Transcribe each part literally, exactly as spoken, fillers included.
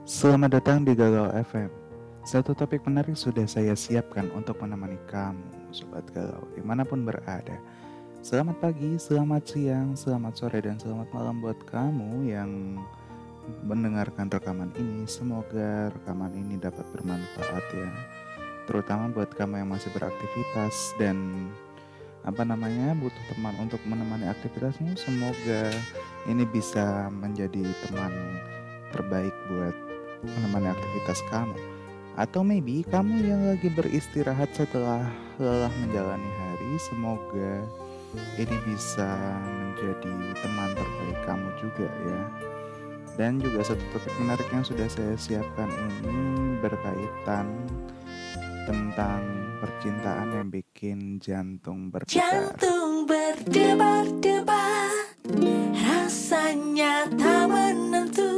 Selamat datang di Galau F M. Satu topik menarik sudah saya siapkan untuk menemani kamu, Sobat Galau, dimanapun berada. Selamat pagi, selamat siang, selamat sore, dan selamat malam buat kamu yang mendengarkan rekaman ini. Semoga rekaman ini dapat bermanfaat ya, terutama buat kamu yang masih beraktivitas dan apa namanya butuh teman untuk menemani aktivitasmu. Semoga ini bisa menjadi teman terbaik buat menemani aktivitas kamu. Atau maybe kamu yang lagi beristirahat setelah lelah menjalani hari, semoga ini bisa menjadi teman terbaik kamu juga ya. Dan juga satu topik menarik yang sudah saya siapkan ini berkaitan tentang percintaan yang bikin jantung berdebar. Jantung berdebar-debar, rasanya tak menentu.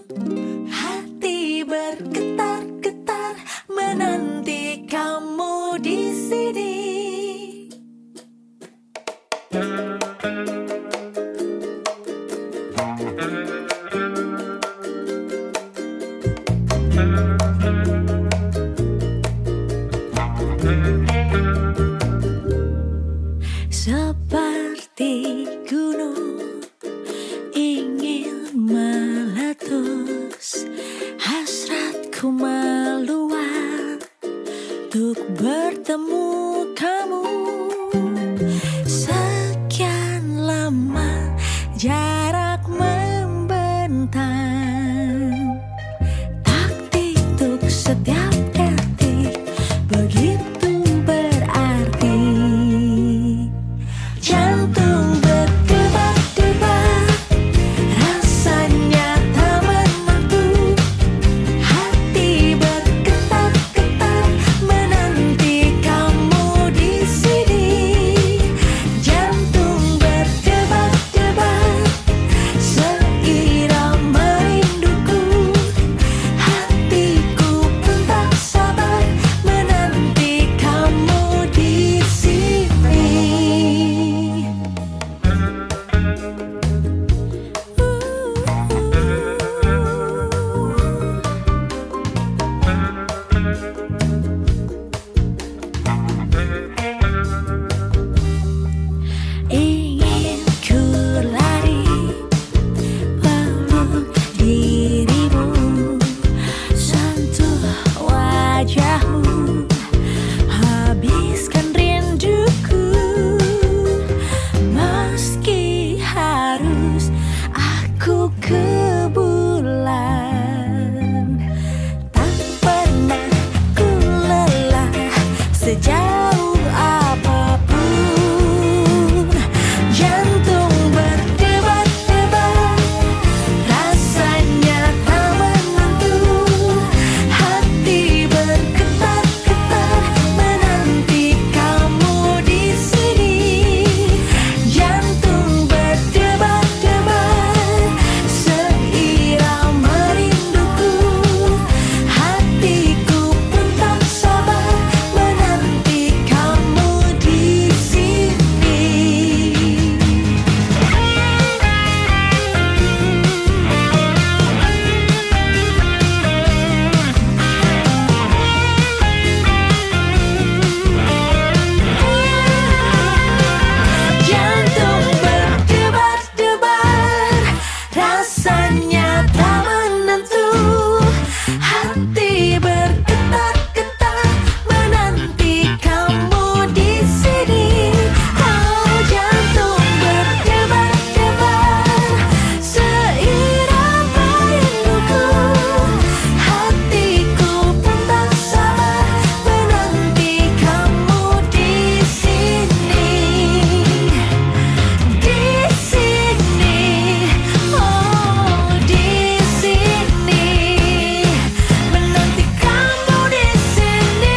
Hati bergetar-getar, menanti kamu di sini. Seperti gunung ingin meletus, hasratku meluap untuk bertemu kamu. Sekian lama jarak membentang, taktik untuk setiap detik begitu berarti. Jantung berdebar-debar, rasanya tak menentu. Hati bergetar-getar, menanti kamu di sini. Jantung berdebar-debar, seirama rinduku. Hatiku pun tak sabar, menanti kamu di sini. Ingin ku lari peluk dirimu, sentuh wajahmu, habiskan rinduku. Meski harus aku ke bulan, tak pernah ku lelah sejauh apapun. Jantung berdebar-debar, rasanya tak menentu. Hati bergetar-getar, menanti kamu di sini. Jantung berdebar-debar, seirama rinduku. Hatiku pun tak sabar, menanti kamu di sini. Jantung berdebar-debar, rasanya tak menentu. Hati bergetar-getar, menanti kamu di sini. Oh, jantung berdebar-debar, seirama rinduku. Hatiku pun tak sabar, menanti kamu di sini. Di sini, oh di sini, menanti kamu di sini.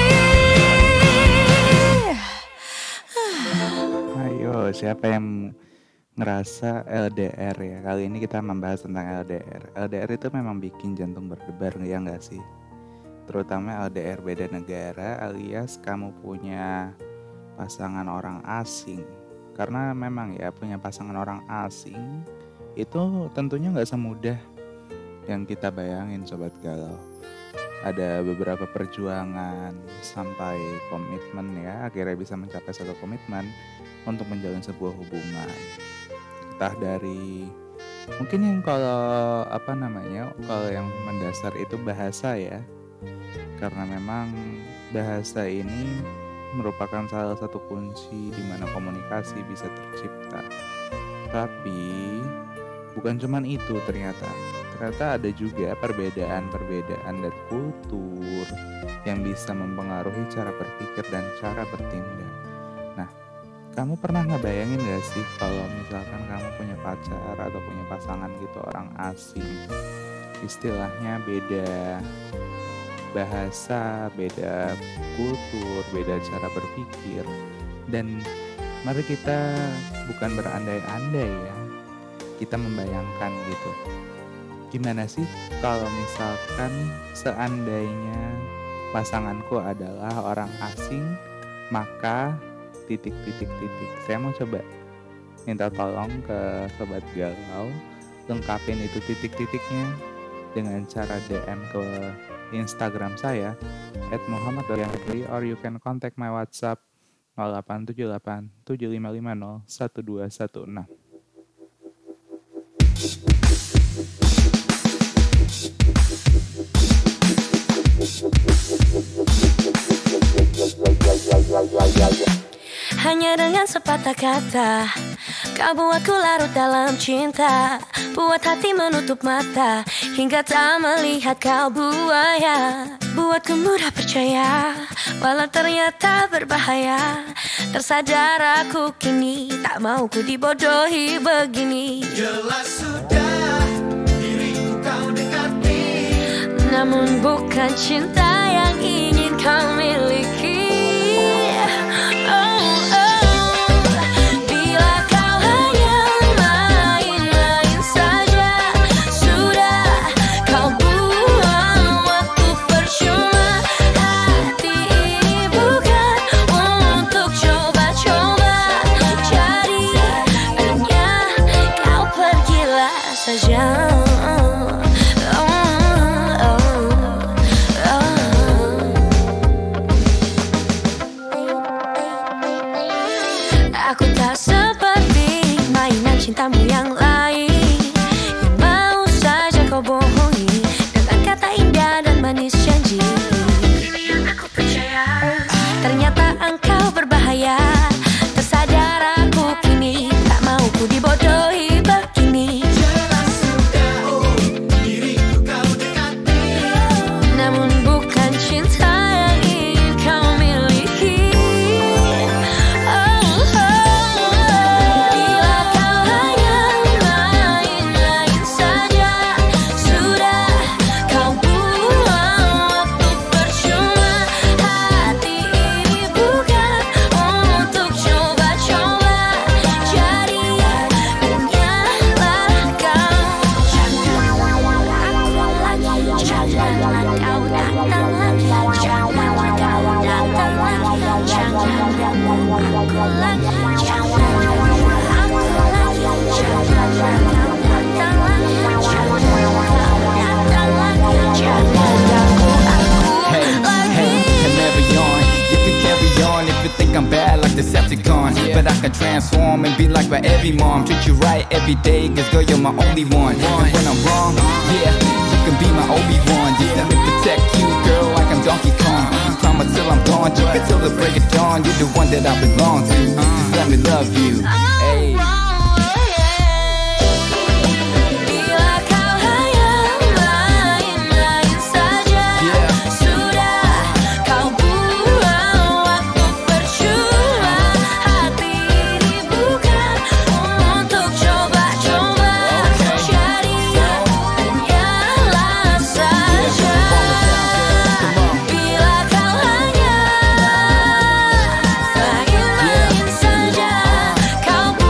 Ayo, siapa yang ngerasa L D R ya? Kali ini kita membahas tentang L D R. L D R itu memang bikin jantung berdebar, ya nggak sih? Terutama L D R beda negara alias kamu punya pasangan orang asing. Karena memang ya punya pasangan orang asing itu tentunya nggak semudah yang kita bayangin Sobat Galau. Ada beberapa perjuangan sampai komitmen ya, akhirnya bisa mencapai satu komitmen untuk menjalin sebuah hubungan. Entah dari mungkin yang kalau apa namanya, kalau yang mendasar itu bahasa ya. Karena memang bahasa ini merupakan salah satu kunci di mana komunikasi bisa tercipta. Tapi bukan cuman itu ternyata. Ternyata ada juga perbedaan-perbedaan dan kultur yang bisa mempengaruhi cara berpikir dan cara bertindak. Nah, kamu pernah ngebayangin gak sih kalau misalkan kamu punya pacar atau punya pasangan gitu, orang asing, istilahnya beda bahasa, beda kultur, beda cara berpikir. Dan mari kita bukan berandai-andai ya, kita membayangkan gitu. Gimana sih kalau misalkan seandainya pasanganku adalah orang asing, maka titik-titik-titik. Saya mau coba minta tolong ke Sobat Galau, lengkapin itu titik-titiknya dengan cara D M ke Instagram saya at muhammad dot yahri, or you can contact my WhatsApp nol delapan tujuh delapan tujuh lima lima nol satu dua satu enam. Hanya dengan sepatah kata kau buatku larut dalam cinta, buat hati menutup mata hingga tak melihat kau buaya. Buatku mudah percaya walau ternyata berbahaya. Tersadar aku kini tak mau ku dibodohi begini. Jelas sudah diriku kau dekati, namun bukan cinta yang ingin kau miliki. Oh, oh. Bila kau hanya main-main saja, sudah kau buang waktu percuma. Hati ini bukan untuk coba-coba, jadi hanya kau pergilah saja. Aku tak seperti mainan cintamu yang lain, yang mau saja kau bohongi dengan kata indah dan manis janji. Ini yang aku percaya, ternyata engkau berbahaya. Tersadar aku kini tak mau ku dibodohi begini. jelas sudah oh, diriku kau dekati, Namun bukan cinta yang ingin kau miliki. Oh, oh. Bila kau hanya main-main saja, sudah kau buang waktu percuma. Hati ini bukan untuk coba-coba, jadi hanyalah kau. Janganlah kau datang lagi, janganlah kau datang lagi, janganlah aku lagi, janganlah aku lagi, janganlah kau datang lagi, janganlah kau datang lagi, janganlah aku Hey, lagi. hey, can carry on. You can carry on if you think I'm bad like Decepticon. But I can transform and be like my every mom. Treat you right every day, cause girl, you're my only one. And when I'm wrong, yeah, you can be my Obi-Wan. Just let me protect you, girl, like I'm Donkey Kong. Promise till I'm gone, you can till the break of dawn. You're the one that I belong to. Just let me love you. Hey. Bila kau hanya main-main saja, Yeah. sudah kau buang waktu percuma. Hati ini bukan untuk coba-coba, Okay. jadi hanyalah saja. Come on. Bila kau hanya main-main saja, kau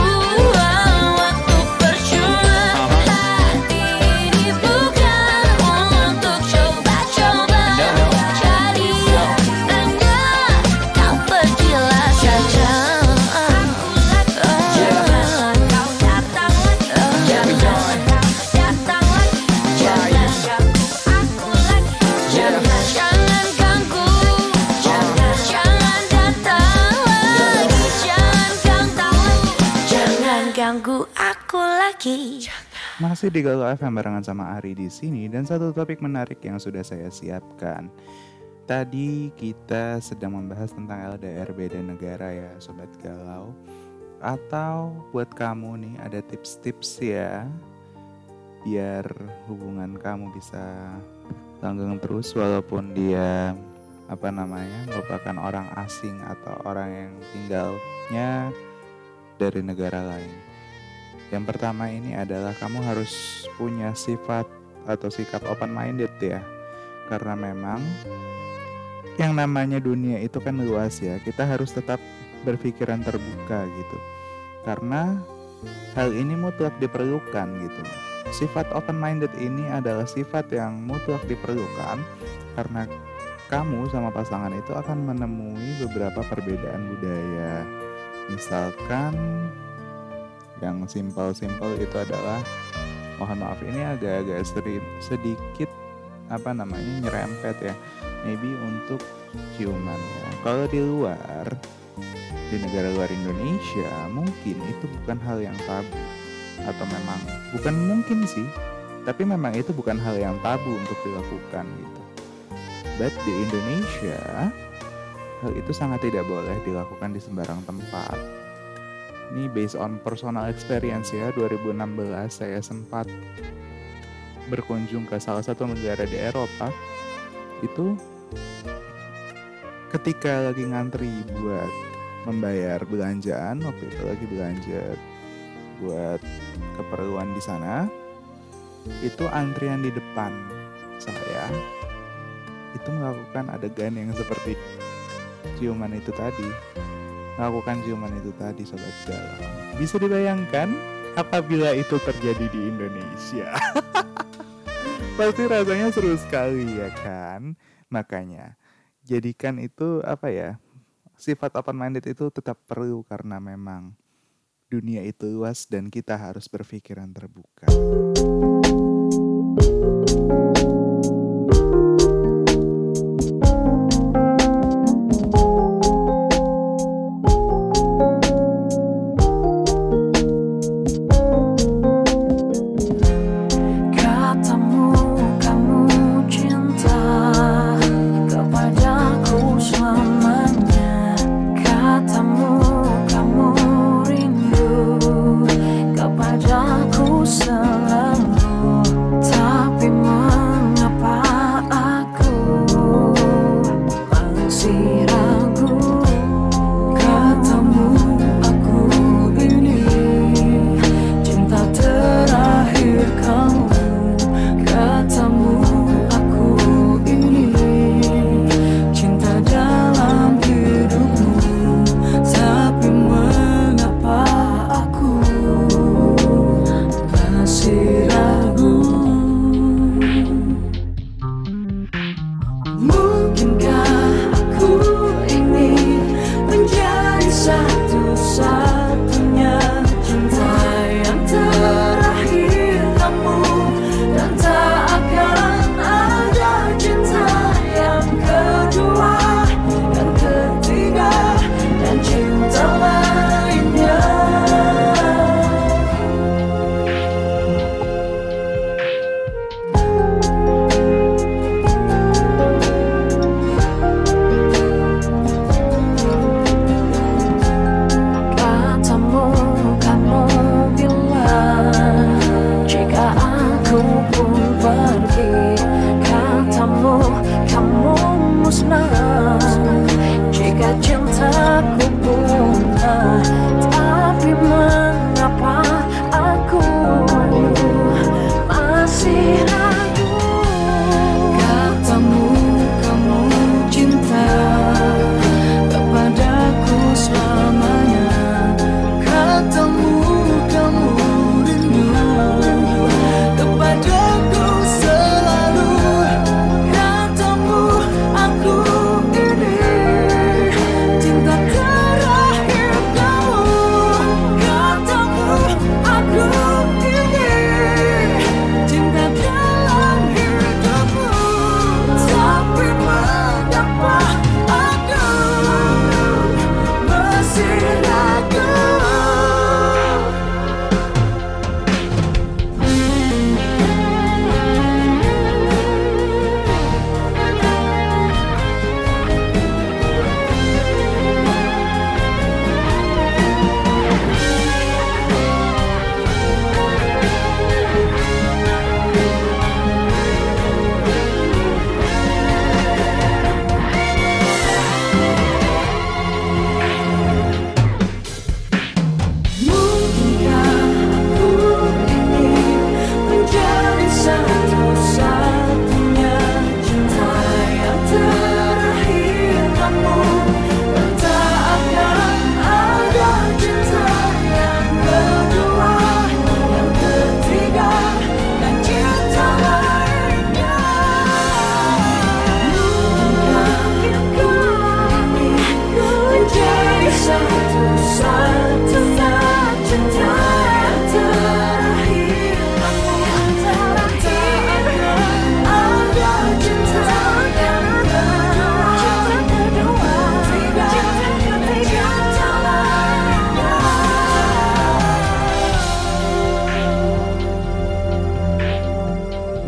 lagi. Masih di Galau F M barengan sama Ari di sini dan satu topik menarik yang sudah saya siapkan. Tadi kita sedang membahas tentang L D R beda negara ya Sobat Galau. Atau buat kamu nih ada tips-tips ya biar hubungan kamu bisa langgeng terus walaupun dia apa namanya merupakan orang asing atau orang yang tinggalnya dari negara lain. Yang pertama ini adalah kamu harus punya sifat atau sikap open minded ya. Karena memang yang namanya dunia itu kan luas ya. Kita harus tetap berpikiran terbuka gitu. Karena hal ini mutlak diperlukan gitu. Sifat open minded ini adalah sifat yang mutlak diperlukan karena kamu sama pasangan itu akan menemui beberapa perbedaan budaya. Misalkan yang simpel-simpel itu adalah, mohon maaf ini agak-agak sedikit apa namanya nyerempet ya, maybe untuk ciuman ya. Kalau di luar, di negara luar Indonesia mungkin itu bukan hal yang tabu, atau memang bukan mungkin sih, tapi memang itu bukan hal yang tabu untuk dilakukan gitu. But di Indonesia hal itu sangat tidak boleh dilakukan di sembarang tempat. Ini based on personal experience ya, dua ribu enam belas saya sempat berkunjung ke salah satu negara di Eropa. Itu ketika lagi ngantri buat membayar belanjaan, waktu itu lagi belanja buat keperluan di sana, itu antrian di depan saya itu melakukan adegan yang seperti ciuman itu tadi. Melakukan ciuman itu tadi Sobat Galau. Bisa dibayangkan apabila itu terjadi di Indonesia. Pasti rasanya seru sekali ya kan. Makanya jadikan itu apa ya, sifat open minded itu tetap perlu karena memang dunia itu luas dan kita harus berpikiran terbuka.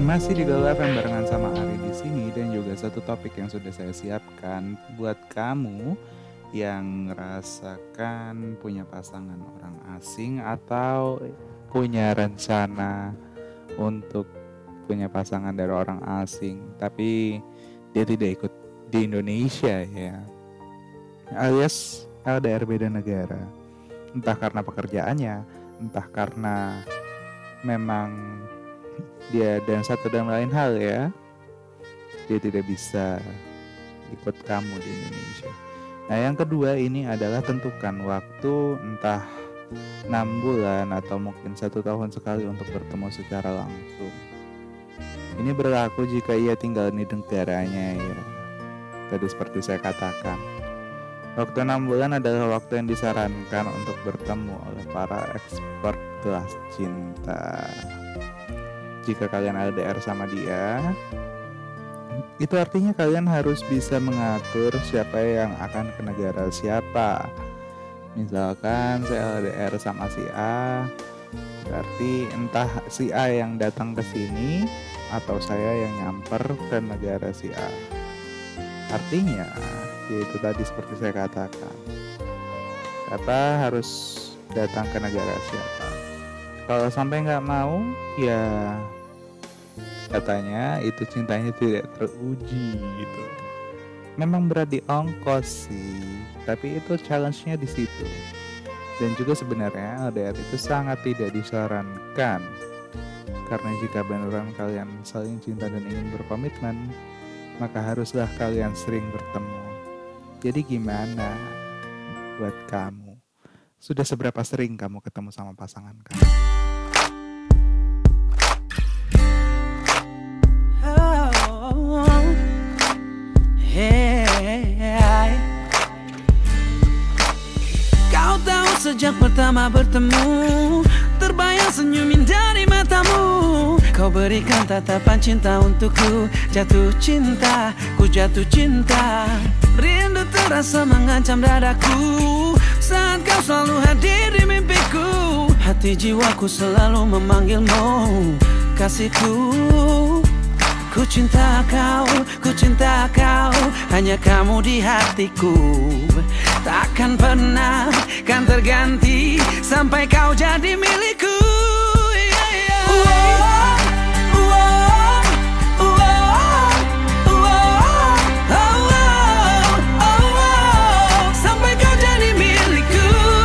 Masih di Galau F M barengan sama Ari di sini dan juga satu topik yang sudah saya siapkan buat kamu yang ngerasakan punya pasangan orang asing atau punya rencana untuk punya pasangan dari orang asing tapi dia tidak ikut di Indonesia ya, alias L D R beda negara, entah karena pekerjaannya, entah karena memang dia dan satu dan lain hal ya, dia tidak bisa ikut kamu di Indonesia. Nah yang kedua ini adalah tentukan waktu entah enam bulan atau mungkin satu tahun sekali untuk bertemu secara langsung. Ini berlaku jika ia tinggal di negaranya ya. Tadi seperti saya katakan, waktu enam bulan adalah waktu yang disarankan untuk bertemu oleh para expert kelas cinta. Jika kalian L D R sama dia, itu artinya kalian harus bisa mengatur siapa yang akan ke negara siapa. Misalkan saya L D R sama si A, berarti entah si A yang datang ke sini atau saya yang nyamper ke negara si A. Artinya, yaitu tadi seperti saya katakan, siapa harus datang ke negara siapa. Kalau sampai nggak mau, ya katanya itu cintanya tidak teruji gitu. Memang berat di ongkos sih, tapi itu challenge-nya di situ. Dan juga sebenarnya L D R itu sangat tidak disarankan, karena jika beneran kalian saling cinta dan ingin berkomitmen, maka haruslah kalian sering bertemu. Jadi gimana buat kamu? Sudah seberapa sering kamu ketemu sama pasangan kamu? Kau tahu sejak pertama bertemu, terbayang senyumin dari matamu. Kau berikan tatapan cinta untukku, jatuh cinta, ku jatuh cinta. Rindu terasa mengancam dadaku saat kau selalu hadir di mimpiku. Hati jiwaku selalu memanggilmu, kasihku. Ku cinta kau, ku cinta kau, hanya kamu di hatiku. Takkan pernah kan terganti sampai kau jadi milikku. Yeah, yeah. Whoa, whoa, whoa, whoa, oh, oh, oh, oh, sampai kau jadi milikku.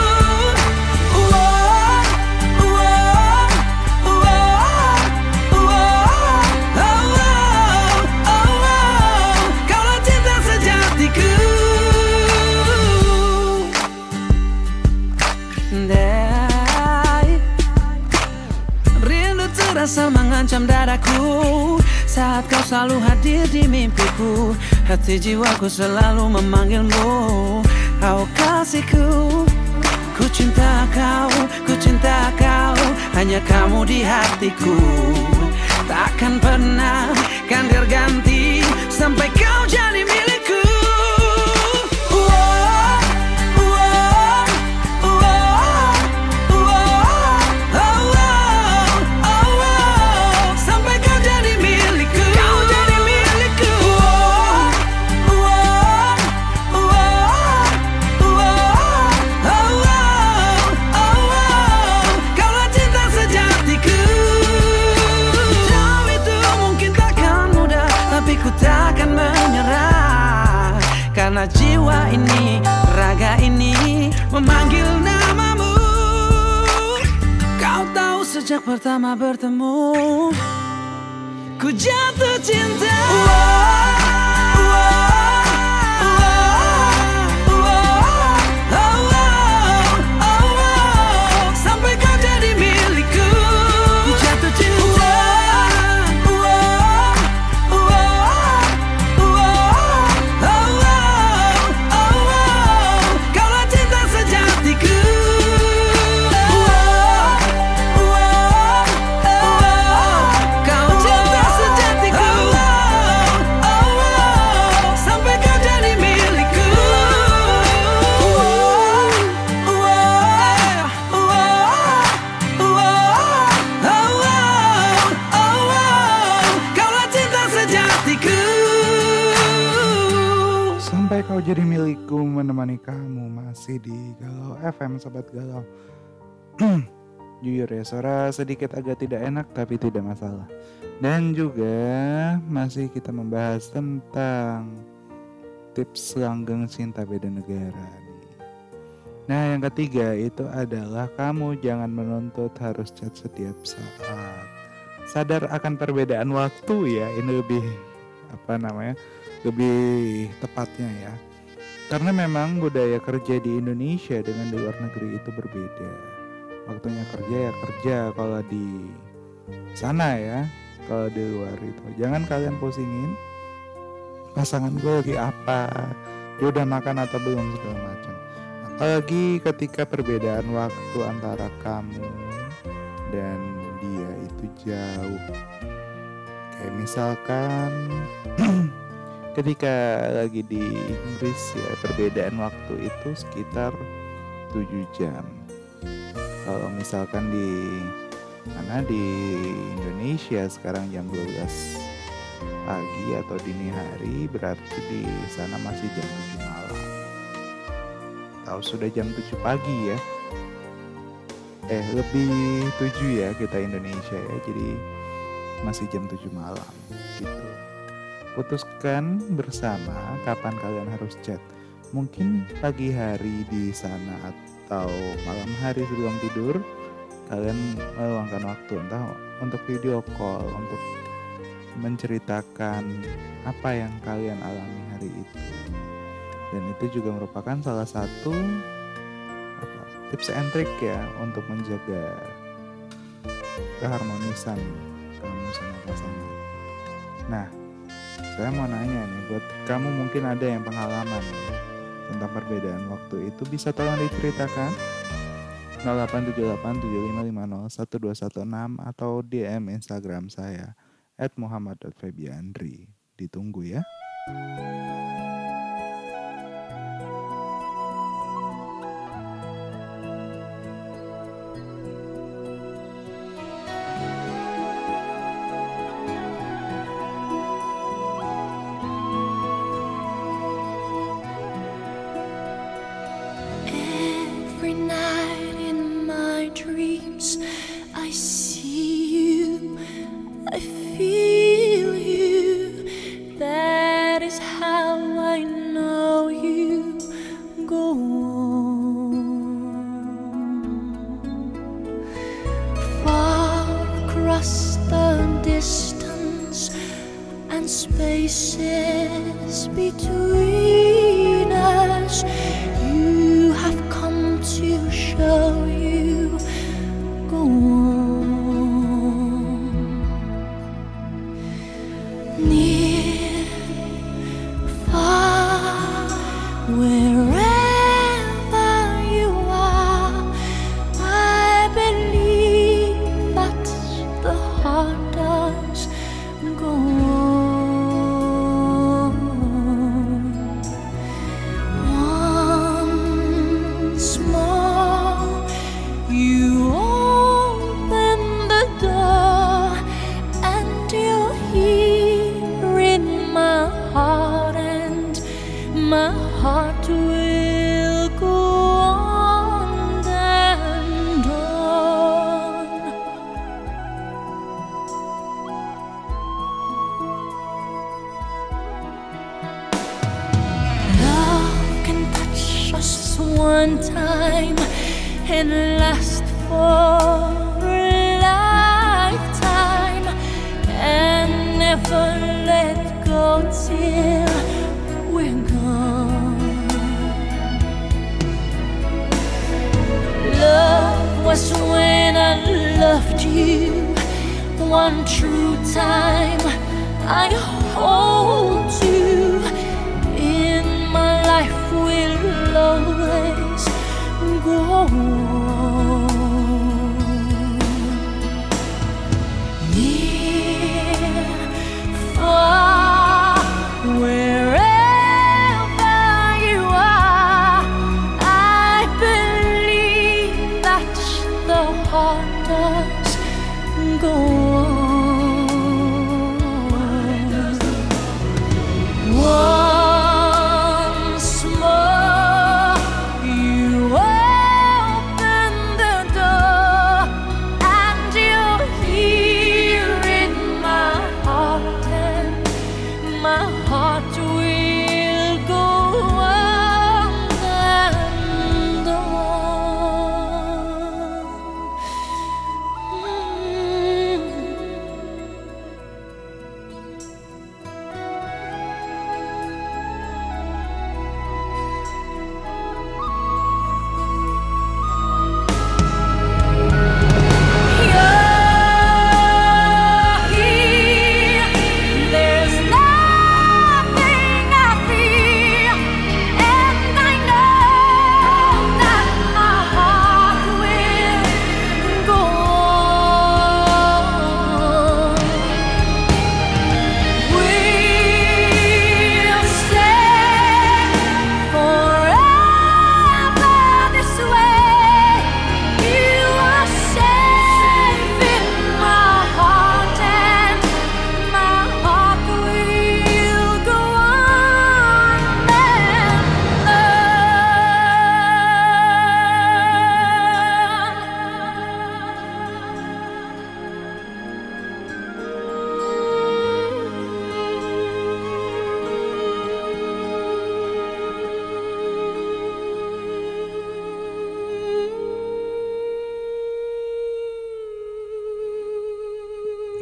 Whoa, whoa, whoa, whoa, oh, oh, oh, kaulah cinta sejatiku. Rindu terasa mengancam dadaku saat kau selalu hadir di mimpiku. Hati jiwaku selalu memanggilmu, oh kasihku. Ku cinta kau, ku cinta kau, hanya kamu di hatiku. Takkan pernah kan terganti sampai kau jadi milikku. Karena jiwa ini, raga ini memanggil namamu. Kau tahu sejak pertama bertemu, ku jatuh cinta. Sampai kau jadi milikku, ku jatuh cinta. Oh jadi milikku menemani kamu masih di Galau F M Sobat Galau. Jujur ya, suara sedikit agak tidak enak tapi tidak masalah. Dan juga masih kita membahas tentang tips langgeng cinta beda negara nih. Nah, yang ketiga itu adalah kamu jangan menuntut harus chat setiap saat. Sadar akan perbedaan waktu ya, ini lebih apa namanya? Lebih tepatnya ya. Karena memang budaya kerja di Indonesia dengan di luar negeri itu berbeda. Waktunya kerja ya kerja kalau di sana ya, kalau di luar itu. Jangan kalian pusingin pasangan gue lagi apa, dia udah makan atau belum segala macam. Apalagi ketika perbedaan waktu antara kamu dan dia itu jauh. Kayak misalkan ketika lagi di Inggris ya, perbedaan waktu itu sekitar tujuh jam. Kalau misalkan di mana di Indonesia sekarang jam dua belas pagi atau dini hari, berarti di sana masih jam tujuh malam. Tahu sudah jam tujuh pagi ya. Eh lebih tujuh ya kita Indonesia ya. Jadi masih jam tujuh malam gitu. Putuskan bersama kapan kalian harus chat. Mungkin pagi hari di sana atau malam hari sebelum tidur kalian meluangkan waktu entah untuk video call, untuk menceritakan apa yang kalian alami hari itu. Dan itu juga merupakan salah satu apa, tips and trick ya untuk menjaga keharmonisan kamu sama pasangan. Nah, saya mau nanya nih, buat kamu mungkin ada yang pengalaman ya, tentang perbedaan waktu itu, bisa tolong diceritakan nol delapan tujuh delapan tujuh lima lima nol satu dua satu enam atau D M Instagram saya et muhammad dot febiandri. Ditunggu ya. Spaces between us, you have come to show you. Go on, near, far, wherever you are. I believe that the heart does go on. My heart will go on and on. Love can touch us one time and last for a lifetime and never let go till we're gone. Love was when I loved you one true time. I hold you in my life, will always go on. Near, far, wherever heart does go on. Once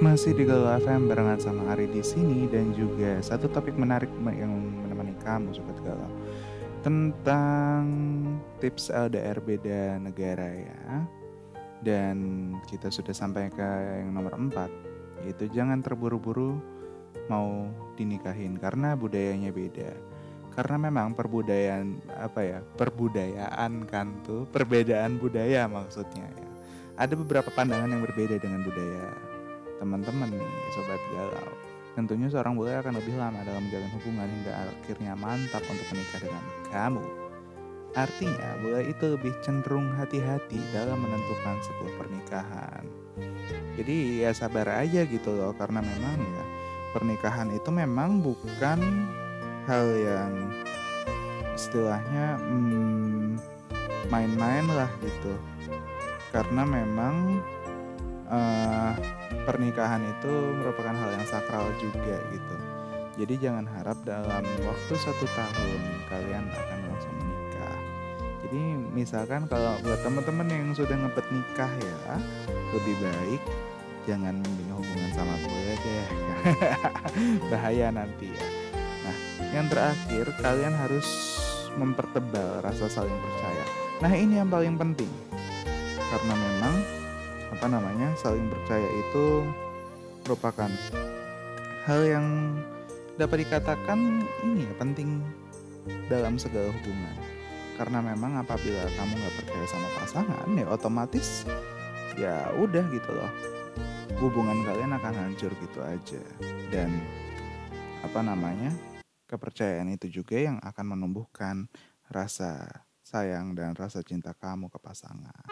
Masih di Galau F M barengan sama Ari di sini dan juga satu topik menarik yang menemani kamu sobat Galau tentang tips L D R beda negara ya. Dan kita sudah sampai ke yang nomor empat, yaitu jangan terburu-buru mau dinikahin karena budayanya beda. Karena memang perbudayaan apa ya? Perbudayaan kan tuh, perbedaan budaya maksudnya ya. Ada beberapa pandangan yang berbeda dengan budaya teman-teman nih sobat Galau. Tentunya seorang bule akan lebih lama dalam menjalin hubungan hingga akhirnya mantap untuk menikah dengan kamu. Artinya bule itu lebih cenderung hati-hati dalam menentukan sebuah pernikahan. Jadi ya sabar aja gitu loh, karena memang ya pernikahan itu memang bukan hal yang istilahnya hmm, main-main lah gitu. Karena memang uh, pernikahan itu merupakan hal yang sakral juga gitu. Jadi jangan harap dalam waktu satu tahun kalian akan langsung menikah. Jadi misalkan kalau buat teman-teman yang sudah ngebet nikah ya, lebih baik jangan membina hubungan sama gue deh. Bahaya nanti ya. Nah, yang terakhir kalian harus mempertebal rasa saling percaya. Nah, ini yang paling penting. Karena memang apa namanya saling percaya itu merupakan hal yang dapat dikatakan ini ya penting dalam segala hubungan. Karena memang apabila kamu nggak percaya sama pasangan ya otomatis ya udah gitu loh, hubungan kalian akan hancur gitu aja. Dan apa namanya kepercayaan itu juga yang akan menumbuhkan rasa sayang dan rasa cinta kamu ke pasangan.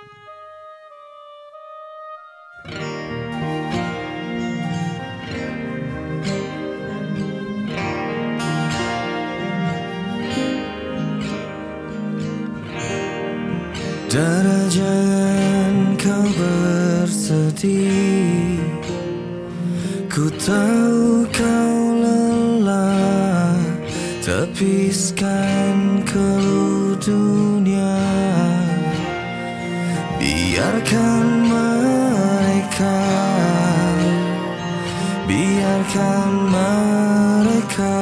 Dara, jangan kau bersedih. Ku tahu kau lelah, tepiskan keluh dunia. Biarkan mereka, biarkan mereka.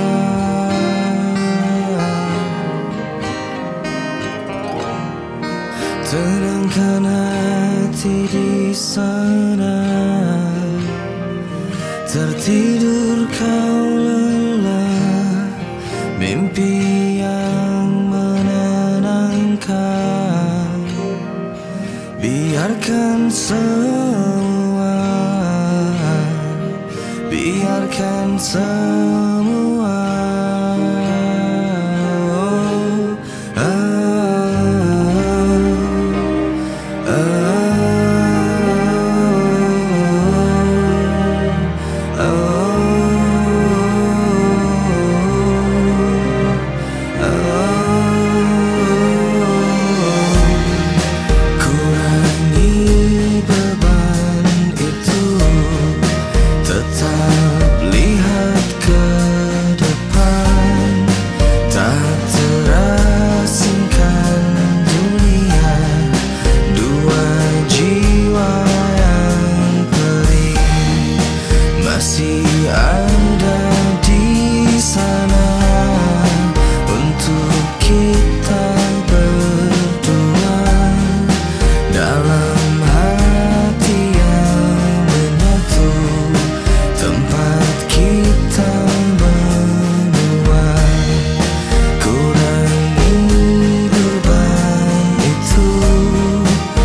Tenangkan hati di sana, tertidur kau lelah, mimpi yang menenangkan. Biarkan semua, biarkan semua.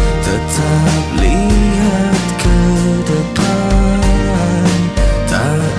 Tak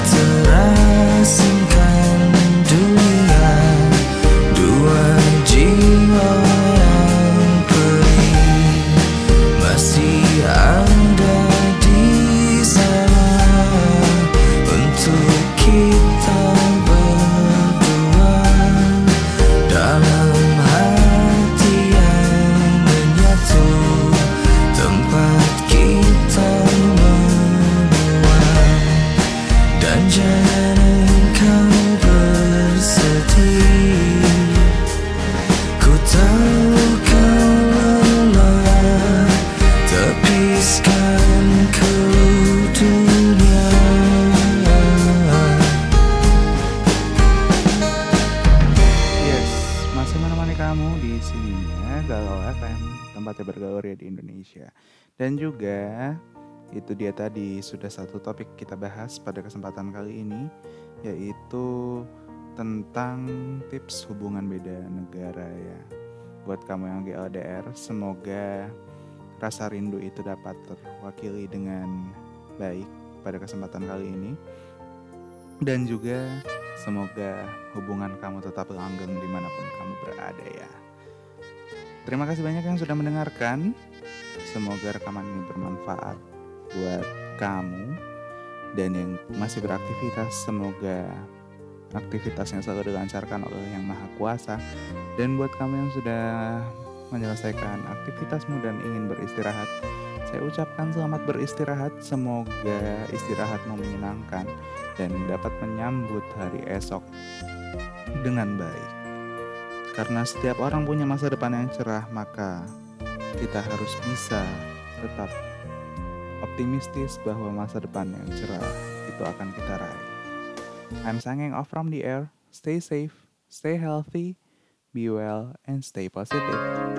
Korea di Indonesia. Dan juga itu dia tadi sudah satu topik kita bahas pada kesempatan kali ini, yaitu tentang tips hubungan beda negara ya. Buat kamu yang di L D R, semoga rasa rindu itu dapat terwakili dengan baik pada kesempatan kali ini. Dan juga semoga hubungan kamu tetap langgeng dimanapun kamu berada ya. Terima kasih banyak yang sudah mendengarkan. Semoga rekaman ini bermanfaat buat kamu. Dan yang masih beraktivitas, semoga aktivitasnya selalu dilancarkan oleh Yang Maha Kuasa. Dan buat kamu yang sudah menyelesaikan aktivitasmu dan ingin beristirahat, saya ucapkan selamat beristirahat. Semoga istirahatmu menyenangkan dan dapat menyambut hari esok dengan baik. Karena setiap orang punya masa depan yang cerah, maka kita harus bisa tetap optimistis bahwa masa depan yang cerah itu akan kita raih. I'm signing off from the air. Stay safe, stay healthy, be well, and stay positive.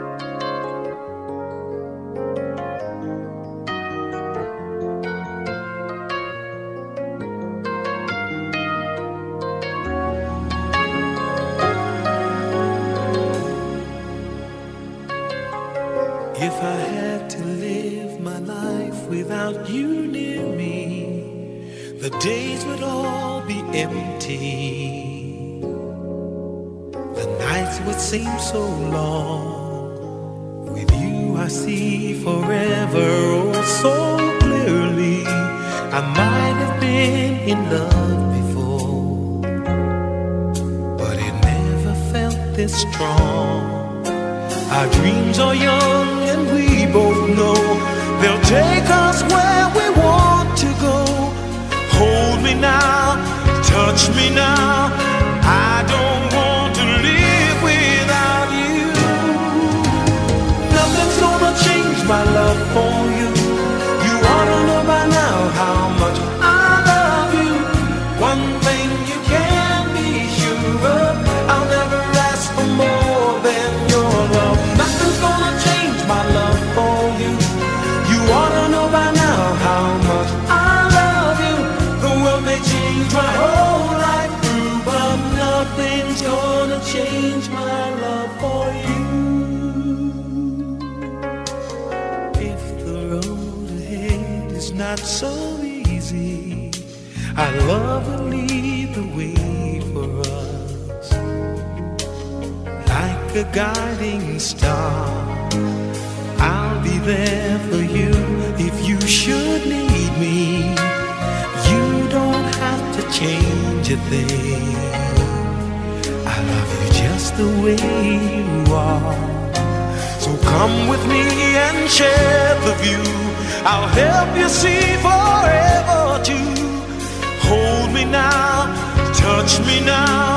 If I had to live my life without you near me, the days would all be empty. The nights would seem so long. With you I see forever oh so clearly. I might have been in love before, but it never felt this strong. Our dreams are young and we both know they'll take us where we want to go. Hold me now, touch me now, I don't want to live without you. Nothing's gonna change my love for you. You ought to know by now how much I love you. One thing you can be sure of, I'll never ask for more than your love. Nothing's gonna change my love for you. You ought to know by now how much I love you. The world may change my whole life through, but nothing's gonna change my love for you. If the road ahead is not so easy, our love will lead the way for us. Like a guiding star, I'll be there for you if you should need me. You don't have to change a thing. I love you just the way you are. So come with me and share the view. I'll help you see forever too. Hold me now, touch me now,